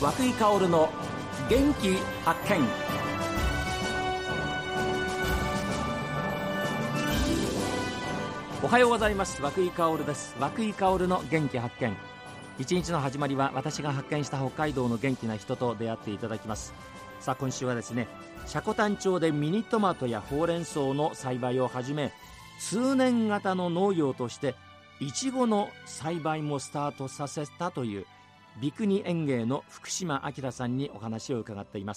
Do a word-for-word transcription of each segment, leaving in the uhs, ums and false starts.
涌井薫の元気発見。おはようございます。涌井薫です。涌井薫の元気発見。一日の始まりは私が発見した北海道の元気な人と出会っていただきます。さあ今週はですね、積丹町でミニトマトやほうれん草の栽培をはじめ、通年型の農業としてイチゴの栽培もスタートさせたという三国園芸の福島明さんにお話を伺っています。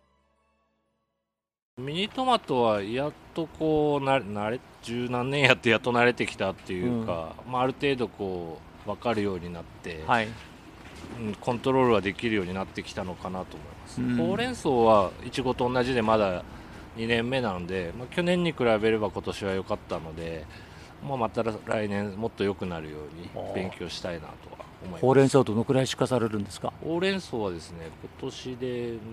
ミニトマトはやっとこうな慣れ十何年やってやっと慣れてきたっていうか、うんまあ、ある程度こう分かるようになって、はいうん、コントロールはできるようになってきたのかなと思います、うん、ほうれん草はイチゴと同じでまだにねんめなので、まあ、去年に比べれば今年は良かったので、まあ、また来年もっと良くなるように勉強したいなとは思います。 ほうれん草どのくらい出荷されるんですか？ ほうれん草はですね、今年で、うんと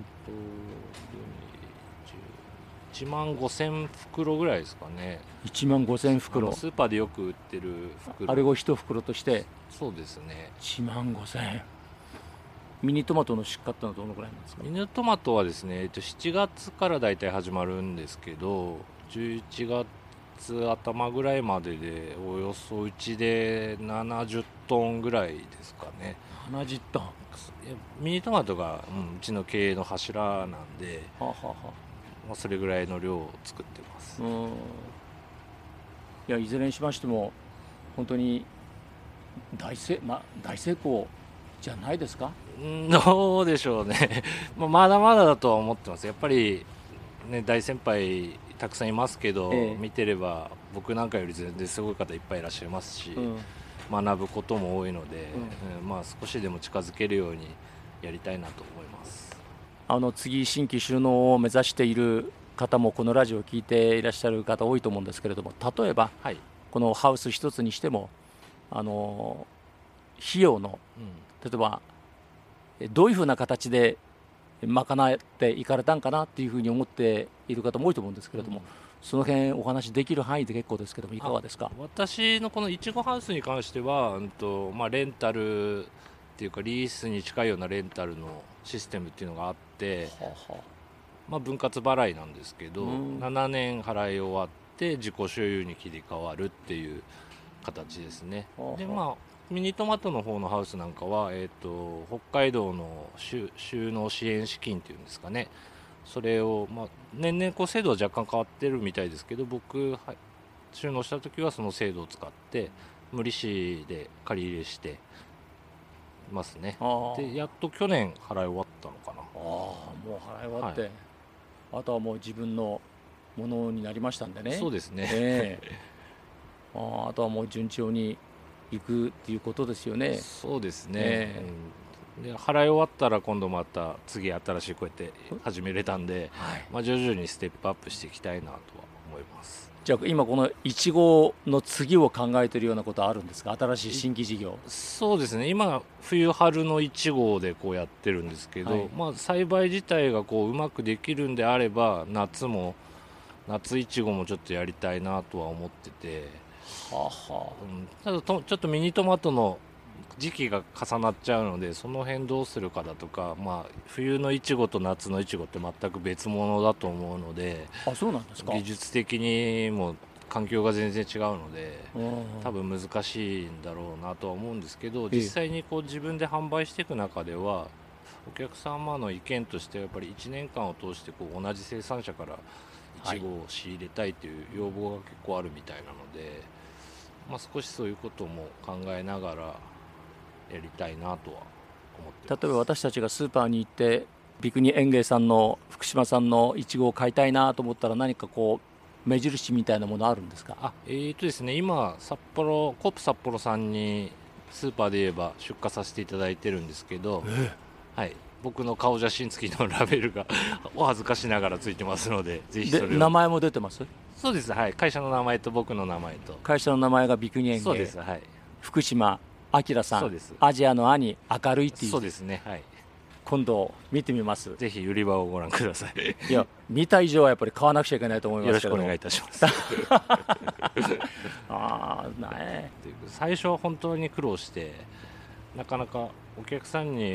いちまんごせんふくろぐらいですかね。 いちまんごせんふくろ、 スーパーでよく売ってる袋、 あれをいち袋として。 そうですね、 いちまんごせん。ミニトマトの出荷ってのはどのくらいなんですか？ ミニトマトはですね、しちがつからだいたい始まるんですけど、じゅういちがつ頭ぐらいまででおよそうちでななじゅっトンぐらいですかね。 ななじゅっトン。 ミニトマトが、うん、うちの経営の柱なんで、はあはあはあ、まあ、それぐらいの量を作ってます。うん、 いやいずれにしましても本当に大成、まあ、大成功じゃないですか？ どうでしょうねまだまだだとは思ってます。やっぱり、ね、大先輩たくさんいますけど、ええ、見てれば僕なんかより全然すごい方いっぱいいらっしゃいますし、うん、学ぶことも多いので、うんうんまあ、少しでも近づけるようにやりたいなと思います。 あの次新規収納を目指している方もこのラジオを聞いていらっしゃる方多いと思うんですけれども、例えば、はい、このハウス一つにしてもあの費用の、うん、例えばどういうふうな形で賄っていかれたんかなっていうふうに思っている方も多いと思うんですけれども、うん、その辺お話できる範囲で結構ですけどもいかがですか？ 私のこのいちごハウスに関しては、うんとまあ、レンタルっていうかリースに近いようなレンタルのシステムっていうのがあって、はあはあまあ、分割払いなんですけど、うん、ななねん払い終わって自己所有に切り替わるっていう形ですね。はあはあ、でまあミニトマトの方のハウスなんかは、えーと、北海道の収納支援資金っていうんですかね、それを、まあ、年々こう制度は若干変わってるみたいですけど、僕収納した時はその制度を使って無利子で借り入れしてますね。でやっと去年払い終わったのかな。 あもう払い終わって、はい、あとはもう自分のものになりましたんでね。 そうですね、 えー、あ, あとはもう順調に行くっていうことですよね。 そうですね、えー、で払い終わったら今度また次新しいこうやって始めれたんで、はいまあ、徐々にステップアップしていきたいなとは思います。 じゃあ今このいちごの次を考えているようなことはあるんですか？新しい新規事業。 そうですね、今冬春のいちごでこうやってるんですけど、はいまあ、栽培自体がこううまくできるんであれば夏も夏いちごもちょっとやりたいなとは思ってて、はあはあうん、ただとちょっとミニトマトの時期が重なっちゃうので、その辺どうするかだとか、まあ、冬のいちごと夏のいちごって全く別物だと思うので、 あそうなんですか？ 技術的にも環境が全然違うので多分難しいんだろうなとは思うんですけど、実際にこう自分で販売していく中ではお客様の意見としてはやっぱりいちねんかんを通してこう同じ生産者からいちごを仕入れたいという要望が結構あるみたいなので、まあ、少しそういうことも考えながらやりたいなとは思ってます。 例えば私たちがスーパーに行って三国園芸さんの福島さんのいちごを買いたいなと思ったら何かこう目印みたいなものあるんですか？ あ、えーとですね、今札幌コープ札幌さんにスーパーで言えば出荷させていただいてるんですけど、えー、はい、僕の顔写真付きのラベルがお恥ずかしながらついてますので、ぜひそれを。 名前も出てます？ そうです、はい、会社の名前と僕の名前と。 会社の名前が三国園芸。 そうです、はい、 福島明さん。そうです。アジアの兄、明るいっていう。 そうですね、はい、 今度見てみます。 ぜひ売り場をご覧ください。 いや見た以上はやっぱり買わなくちゃいけないと思いますけど。 よろしくお願いいたします。 あーね、 最初は本当に苦労してなかなかお客さんに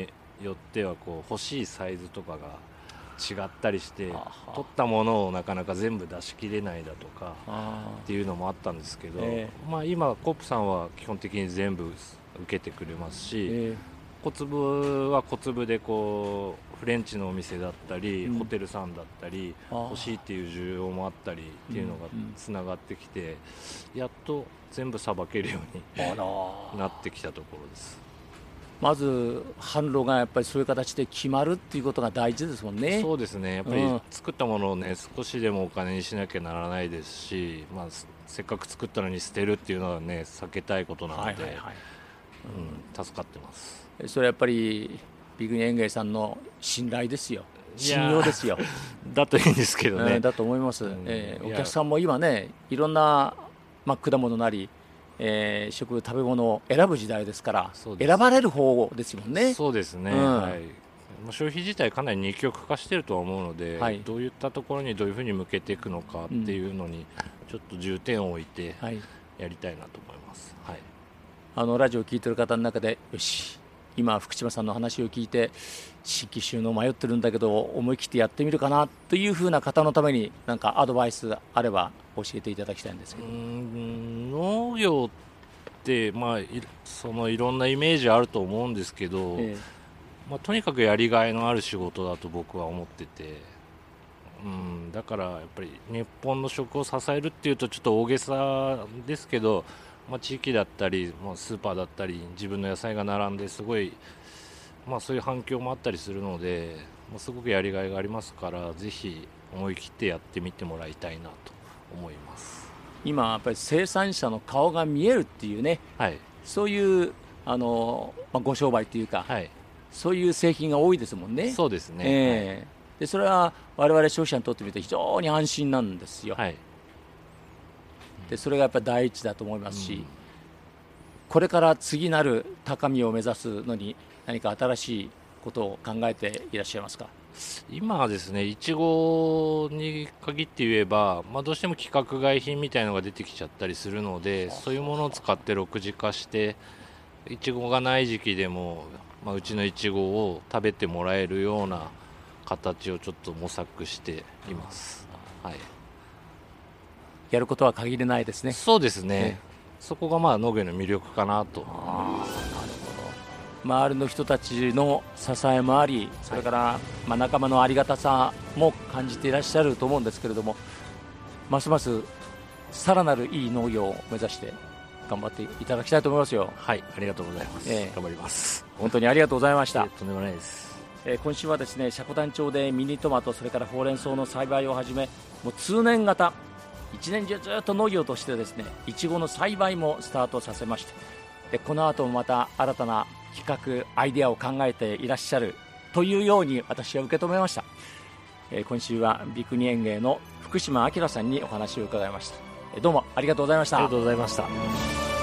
よってはこう欲しいサイズとかが違ったりして、取ったものをなかなか全部出し切れないだとかっていうのもあったんですけど、えーまあ、今コップさんは基本的に全部受けてくれますし、えー、小粒は小粒でこうフレンチのお店だったり、うん、ホテルさんだったり欲しいっていう需要もあったりっていうのがつながってきて、やっと全部さばけるようになってきたところです。 まず販路がやっぱりそういう形で決まるっていうことが大事ですもんね。 そうですね、やっぱり作ったものをね、少しでもお金にしなきゃならないですし、まあ、せっかく作ったのに捨てるっていうのはね避けたいことなので、はいはいはい、うん、助かってます。 それはやっぱりビグニ園芸さんの信頼ですよ、信用ですよ。 だといいんですけどね、 うん、だと思います、うんえー、お客さんも今ね、いろんな、まあ、果物なりえー、食食べ物を選ぶ時代ですから、選ばれる方ですもんね。 そうですね、うんはい、消費自体かなり二極化しているとは思うので、はい、どういったところにどういうふうに向けていくのかっていうのにちょっと重点を置いてやりたいなと思います、はい、 あのラジオを聞いている方の中で、よし今福島さんの話を聞いて新規収納迷ってるんだけど思い切ってやってみるかなというふうな方のために何かアドバイスがあれば教えていただきたいんですけど。うーん農業って、まあ、い, そのいろんなイメージあると思うんですけど、ええまあ、とにかくやりがいのある仕事だと僕は思ってて、うんだからやっぱり日本の食を支えるっていうとちょっと大げさですけど、まあ、地域だったり、まあ、スーパーだったり自分の野菜が並んですごい、まあ、そういう反響もあったりするので、まあ、すごくやりがいがありますから、ぜひ思い切ってやってみてもらいたいなと思います。 今やっぱり生産者の顔が見えるっていうね、はい、そういうあの、まあ、ご商売というか、はい、そういう製品が多いですもんね。 そうですね、 えーはい、でそれは我々消費者にとってみると非常に安心なんですよ、はい、でそれがやっぱり第一だと思いますし、うん、これから次なる高みを目指すのに何か新しいことを考えていらっしゃいますか？ 今はですね、いちごに限って言えば、まあ、どうしても規格外品みたいなのが出てきちゃったりするので、そういうものを使ってろくじ化していちごがない時期でも、まあ、うちのいちごを食べてもらえるような形をちょっと模索しています、はい、 やることは限りないですね。 そうですね、ねそこがまあ農業の魅力かなと。 あ周りの人たちの支えもあり、それから、まあ、仲間のありがたさも感じていらっしゃると思うんですけれども、ますますさらなるいい農業を目指して頑張っていただきたいと思いますよ。 はい、ありがとうございます、えー、頑張ります。 本当にありがとうございました。 とんでもないです。 えー、今週はですね、積丹町でミニトマト、それからほうれん草の栽培をはじめ、もう通年型一年中ずっと農業としてですね、いちごの栽培もスタートさせまして、でこの後もまた新たな企画アイデアを考えていらっしゃるというように私は受け止めました。えー、今週はビクニ園芸の福島明さんにお話を伺いました。えー、どうもありがとうございました。 ありがとうございました。